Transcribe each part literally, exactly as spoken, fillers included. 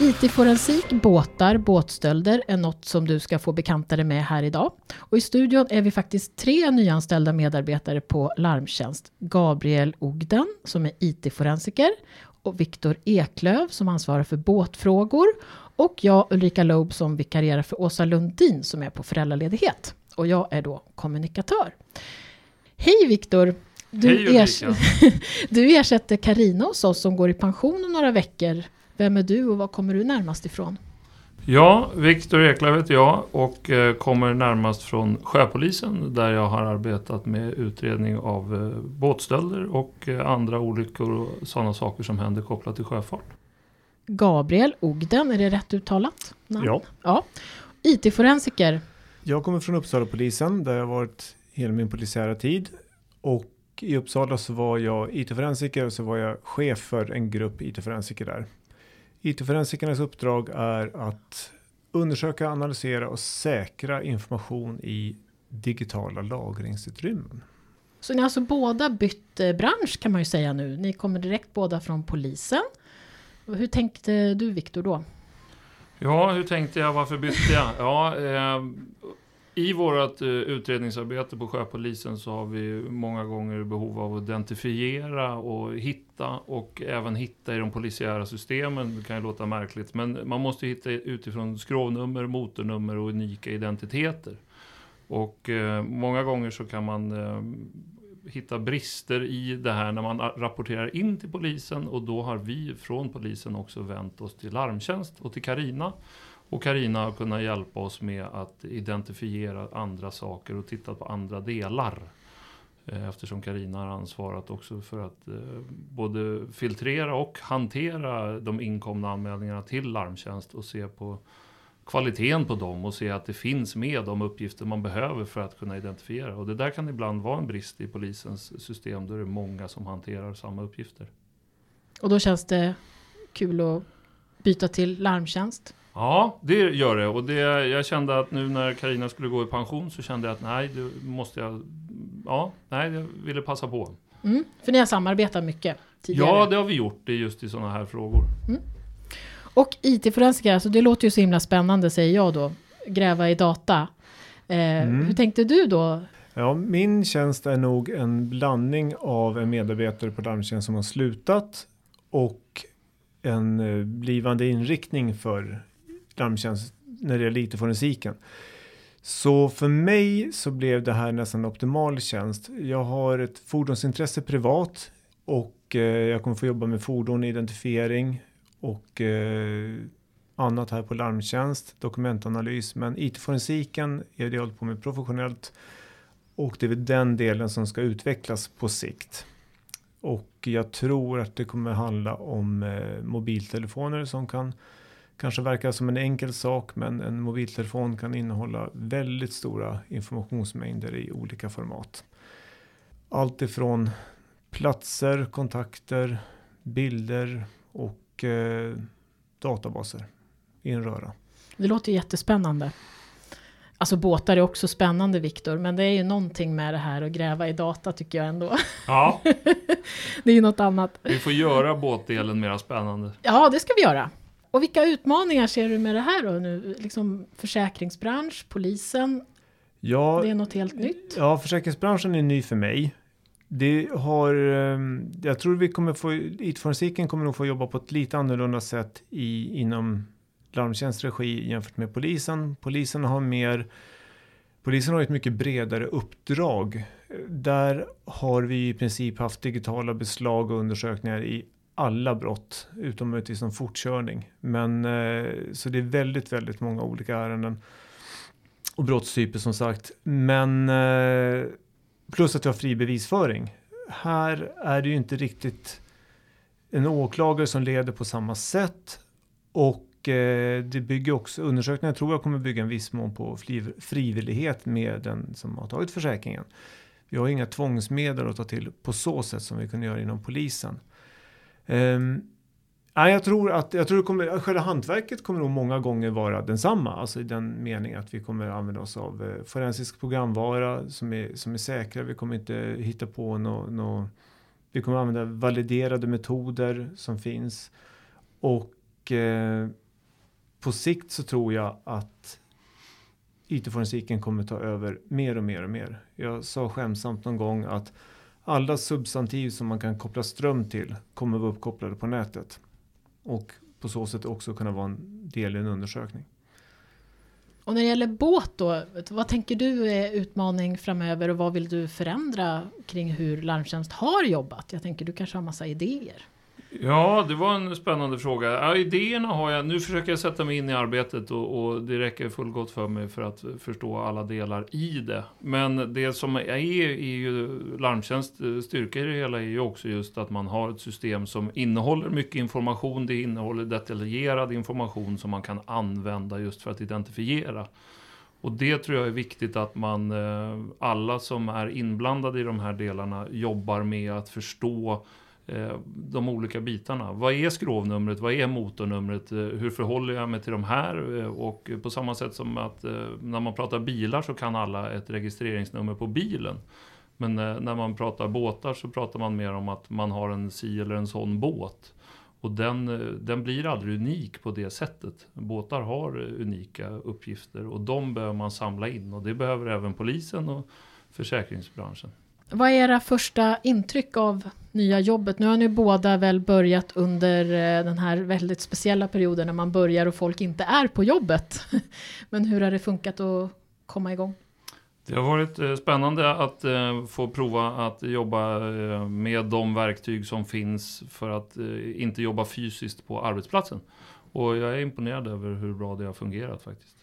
I T-forensik, båtar, båtstölder är något som du ska få bekanta dig med här idag. Och i studion är vi faktiskt tre nyanställda medarbetare på Larmtjänst. Gabriel Ogden som är I T-forensiker och Viktor Eklöv som ansvarar för båtfrågor. Och jag Ulrika Loeb som vikarierar för Åsa Lundin som är på föräldraledighet. Och jag är då kommunikatör. Hej Viktor! Du, Hej ers- du ersätter Carina hos oss som går i pension om några veckor. Vem är du och var kommer du närmast ifrån? Ja, Viktor Eklöv heter jag och eh, kommer närmast från Sjöpolisen där jag har arbetat med utredning av eh, båtstölder och eh, andra olyckor och sådana saker som händer kopplat till sjöfart. Gabriel Ogden, är det rätt uttalat? Nej. Ja. ja. I T-forensiker. Jag kommer från Uppsala polisen där jag har varit hela min polisiära tid. Och i Uppsala så var jag I T-forensiker och så var jag chef för en grupp I T-forensiker där. I T-forensikernas uppdrag är att undersöka, analysera och säkra information i digitala lagringsutrymmen. Så ni har alltså båda bytt eh, bransch kan man ju säga nu. Ni kommer direkt båda från polisen. Hur tänkte du Viktor då? Ja, hur tänkte jag? Varför bytte jag? Ja, eh, I vårt eh, utredningsarbete på Sjöpolisen så har vi många gånger behov av att identifiera och hitta och även hitta i de polisiära systemen. Det kan ju låta märkligt, men man måste hitta utifrån skrovnummer, motornummer och unika identiteter. Och eh, många gånger så kan man eh, hitta brister i det här när man rapporterar in till polisen, och då har vi från polisen också vänt oss till Larmtjänst och till Carina. Och Carina har kunnat hjälpa oss med att identifiera andra saker och titta på andra delar. Eftersom Carina har ansvarat också för att eh, både filtrera och hantera de inkomna anmälningarna till Larmtjänst och se på kvaliteten på dem och se att det finns med de uppgifter man behöver för att kunna identifiera. Och det där kan ibland vara en brist i polisens system då det är många som hanterar samma uppgifter. Och då känns det kul att byta till Larmtjänst? Ja, det gör det. Och det, jag kände att nu när Carina skulle gå i pension så kände jag att nej, det måste jag... Ja, nej, jag ville passa på. Mm, för ni har samarbetat mycket tidigare? Ja, det har vi gjort det just i sådana här frågor. Mm. Och I T-forensiker, alltså det låter ju så himla spännande säger jag då. Gräva i data. Eh, Mm. Hur tänkte du då? Ja, min tjänst är nog en blandning av en medarbetare på Larmtjänst som har slutat och en eh, blivande inriktning för Larmtjänst när det gäller I T-forensiken. Så för mig så blev det här nästan en optimal tjänst. Jag har ett fordonsintresse privat och eh, jag kommer få jobba med fordon, identifiering och eh, annat här på Larmtjänst, dokumentanalys. Men I T-forensiken är det jag håller på med professionellt och det är väl den delen som ska utvecklas på sikt. Och jag tror att det kommer handla om eh, mobiltelefoner som kan kanske verkar som en enkel sak, men en mobiltelefon kan innehålla väldigt stora informationsmängder i olika format. Allt ifrån platser, kontakter, bilder och eh, databaser i en röra. Det låter jättespännande. Alltså båtar är också spännande Viktor, men det är ju någonting med det här att gräva i data tycker jag ändå. Ja, Det är ju något annat. vi får göra båtdelen mer spännande. Ja, det ska vi göra. Och vilka utmaningar ser du med det här då nu? Liksom försäkringsbransch, polisen, Ja, det är något helt nytt. ja, försäkringsbranschen är ny för mig. Det har, jag tror vi kommer få, I T-forensiken kommer nog få jobba på ett lite annorlunda sätt i, inom Larmtjänst regi jämfört med polisen. Polisen har mer, polisen har ett mycket bredare uppdrag. Där har vi i princip haft digitala beslag och undersökningar i alla brott, utom möjligtvis som fortkörning. Men så det är väldigt, väldigt många olika ärenden och brottstyper som sagt. Men plus att vi har fri bevisföring. Här är det ju inte riktigt en åklagare som leder på samma sätt. Och eh, det bygger också, undersökningar tror jag kommer bygga en viss mån på fri, frivillighet med den som har tagit försäkringen. Vi har inga tvångsmedel att ta till på så sätt som vi kunde göra inom polisen. Um, ja, jag tror att jag tror det kommer, själva hantverket kommer nog många gånger vara densamma. Alltså i den meningen att vi kommer använda oss av eh, forensisk programvara som är, som är säkra. Vi kommer inte hitta på något. No, vi kommer använda validerade metoder som finns. Och eh, på sikt så tror jag att I T-forensiken kommer ta över mer och mer och mer. Jag sa skämsamt någon gång att alla substantiv som man kan koppla ström till kommer vara uppkopplade på nätet. Och på så sätt också kunna vara en del i en undersökning. Och när det gäller båt då, vad tänker du är utmaning framöver och vad vill du förändra kring hur Larmtjänst har jobbat? Jag tänker du kanske har massa idéer. Ja, det var en spännande fråga. Ja, idéerna har jag. Nu försöker jag sätta mig in i arbetet och, och det räcker fullgott för mig för att förstå alla delar i det. Men det som är, är ju Larmtjänst styrka i det hela är ju också just att man har ett system som innehåller mycket information. Det innehåller detaljerad information som man kan använda just för att identifiera. Och det tror jag är viktigt att man, alla som är inblandade i de här delarna jobbar med att förstå de olika bitarna. Vad är skrovnumret? Vad är motornumret? Hur förhåller jag mig till de här? Och på samma sätt som att när man pratar bilar så kan alla ett registreringsnummer på bilen. Men när man pratar båtar så pratar man mer om att man har en si eller en sån båt. Och den, den blir aldrig unik på det sättet. Båtar har unika uppgifter och de behöver man samla in. Och det behöver även polisen och försäkringsbranschen. Vad är era första intryck av nya jobbet? Nu har ni båda väl börjat under den här väldigt speciella perioden när man börjar och folk inte är på jobbet. Men hur har det funkat att komma igång? Det har varit spännande att få prova att jobba med de verktyg som finns för att inte jobba fysiskt på arbetsplatsen. Och jag är imponerad över hur bra det har fungerat faktiskt.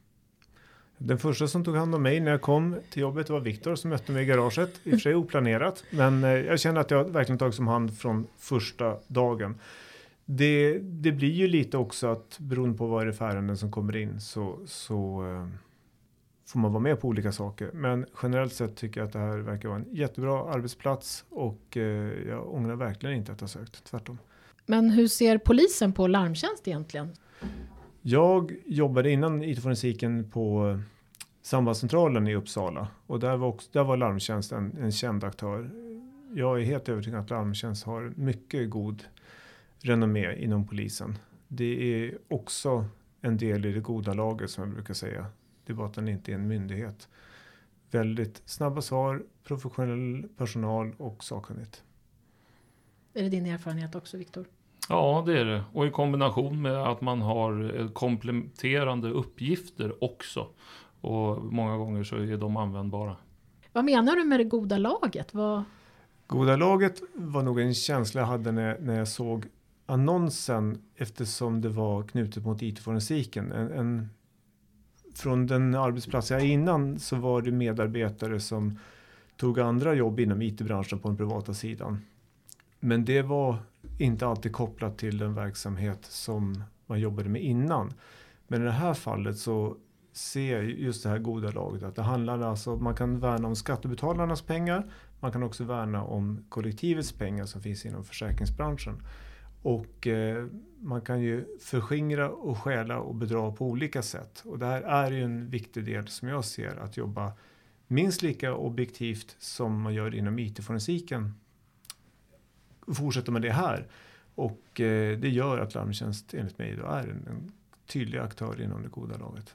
Den första som tog hand om mig när jag kom till jobbet var Viktor som mötte mig i garaget. I och för sig oplanerat, men jag känner att jag verkligen tagit som hand från första dagen. Det, det blir ju lite också att beroende på vad det är för ärenden som kommer in så, så uh, får man vara med på olika saker. Men generellt sett tycker jag att det här verkar vara en jättebra arbetsplats och uh, jag ångrar verkligen inte att jag sökt, tvärtom. Men hur ser polisen på Larmtjänst egentligen? Jag jobbade innan I T-forensiken på sambandscentralen i Uppsala och där var, också, där var Larmtjänst en, en känd aktör. Jag är helt övertygad att Larmtjänst har mycket god renommé inom polisen. Det är också en del i det goda laget som jag brukar säga. Det är bara att den inte är en myndighet. Väldigt snabba svar, professionell personal och sakkunnigt. Är det din erfarenhet också, Viktor? Ja, det är det. Och i kombination med att man har kompletterande uppgifter också. Och många gånger så är de användbara. Vad menar du med det goda laget? Vad... Goda laget var nog en känsla jag hade när, när jag såg annonsen eftersom det var knutet mot I T-forensiken. En, en, från den arbetsplats jag innan så var det medarbetare som tog andra jobb inom I T-branschen på den privata sidan. Men det var inte alltid kopplat till den verksamhet som man jobbade med innan. Men i det här fallet så ser jag just det här goda laget att det handlar alltså, man kan värna om skattebetalarnas pengar, man kan också värna om kollektivets pengar som finns inom försäkringsbranschen. Och eh, man kan ju förskingra och stjäla och bedra på olika sätt. Och det här är ju en viktig del som jag ser att jobba minst lika objektivt som man gör inom I T-forensiken. Fortsätter med det här. Och eh, det gör att Larmtjänst enligt mig då är en, en tydlig aktör inom det goda laget.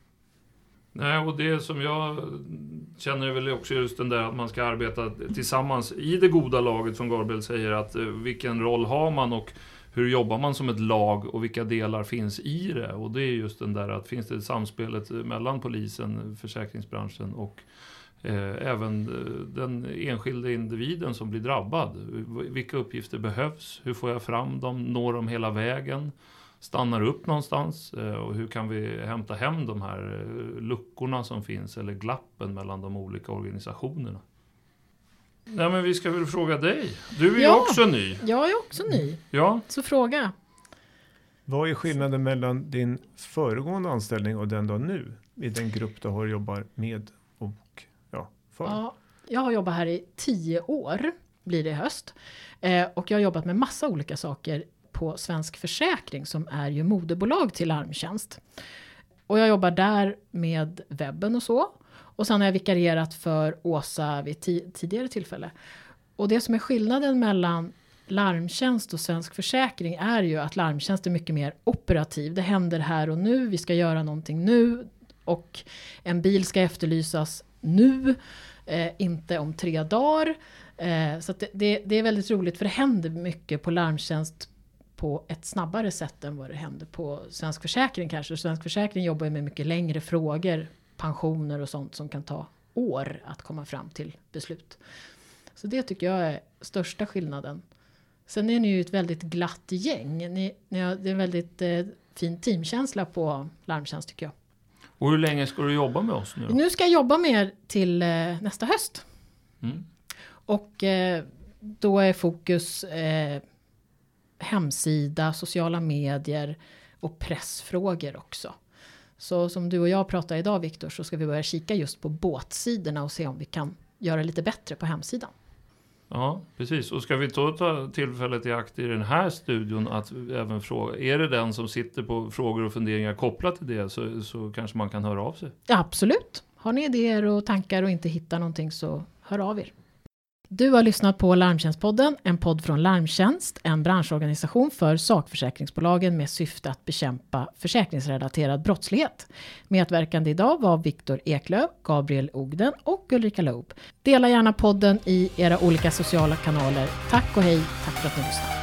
Nej, och det som jag känner är väl också just den där att man ska arbeta tillsammans i det goda laget som Gabriel säger, att eh, vilken roll har man och hur jobbar man som ett lag och vilka delar finns i det. Och det är just den där att finns det samspelet mellan polisen, försäkringsbranschen och Eh, även den enskilda individen som blir drabbad. Vilka uppgifter behövs? Hur får jag fram dem? Når de hela vägen? Stannar upp någonstans? Eh, och hur kan vi hämta hem de här eh, luckorna som finns eller glappen mellan de olika organisationerna? Nej, men vi ska väl fråga dig. Du är ja, ju också ny. Jag är också ny. Ja. Så fråga. Vad är skillnaden mellan din föregående anställning och den du har nu i den grupp du har jobbar med och Ja, jag har jobbat här i tio år, blir det i höst. Eh, och jag har jobbat med massa olika saker på Svensk Försäkring som är ju moderbolag till Larmtjänst. Och jag jobbar där med webben och så. Och sen har jag vikarierat för Åsa vid t- tidigare tillfälle. Och det som är skillnaden mellan Larmtjänst och Svensk Försäkring är ju att larmtjänst är mycket mer operativ. Det händer här och nu, vi ska göra någonting nu och en bil ska efterlysas nu, eh, inte om tre dagar. Eh, så att det, det, det är väldigt roligt för det händer mycket på larmtjänst på ett snabbare sätt än vad det händer på Svensk Försäkring kanske. Svensk Försäkring jobbar ju med mycket längre frågor, pensioner och sånt som kan ta år att komma fram till beslut. Så det tycker jag är största skillnaden. Sen är ni ju ett väldigt glatt gäng. Ni, ni har, det är en väldigt eh, fin teamkänsla på larmtjänst tycker jag. Och hur länge ska du jobba med oss nu? Nu ska jag jobba med er till eh, nästa höst. Mm. Och eh, då är fokus eh, hemsida, sociala medier och pressfrågor också. Så som du och jag pratar idag, Viktor, så ska vi börja kika just på båtsidorna och se om vi kan göra lite bättre på hemsidan. Ja, precis. Och ska vi då ta tillfället i akt i den här studion att även fråga, är det den som sitter på frågor och funderingar kopplat till det så, så kanske man kan höra av sig? Ja, absolut. Har ni idéer och tankar och inte hittar någonting så hör av er. Du har lyssnat på Larmtjänstpodden, en podd från Larmtjänst, en branschorganisation för sakförsäkringsbolagen med syfte att bekämpa försäkringsrelaterad brottslighet. Medverkande idag var Viktor Eklöf, Gabriel Ogden och Ulrika Loob. Dela gärna podden i era olika sociala kanaler. Tack och hej, tack för att ni lyssnade.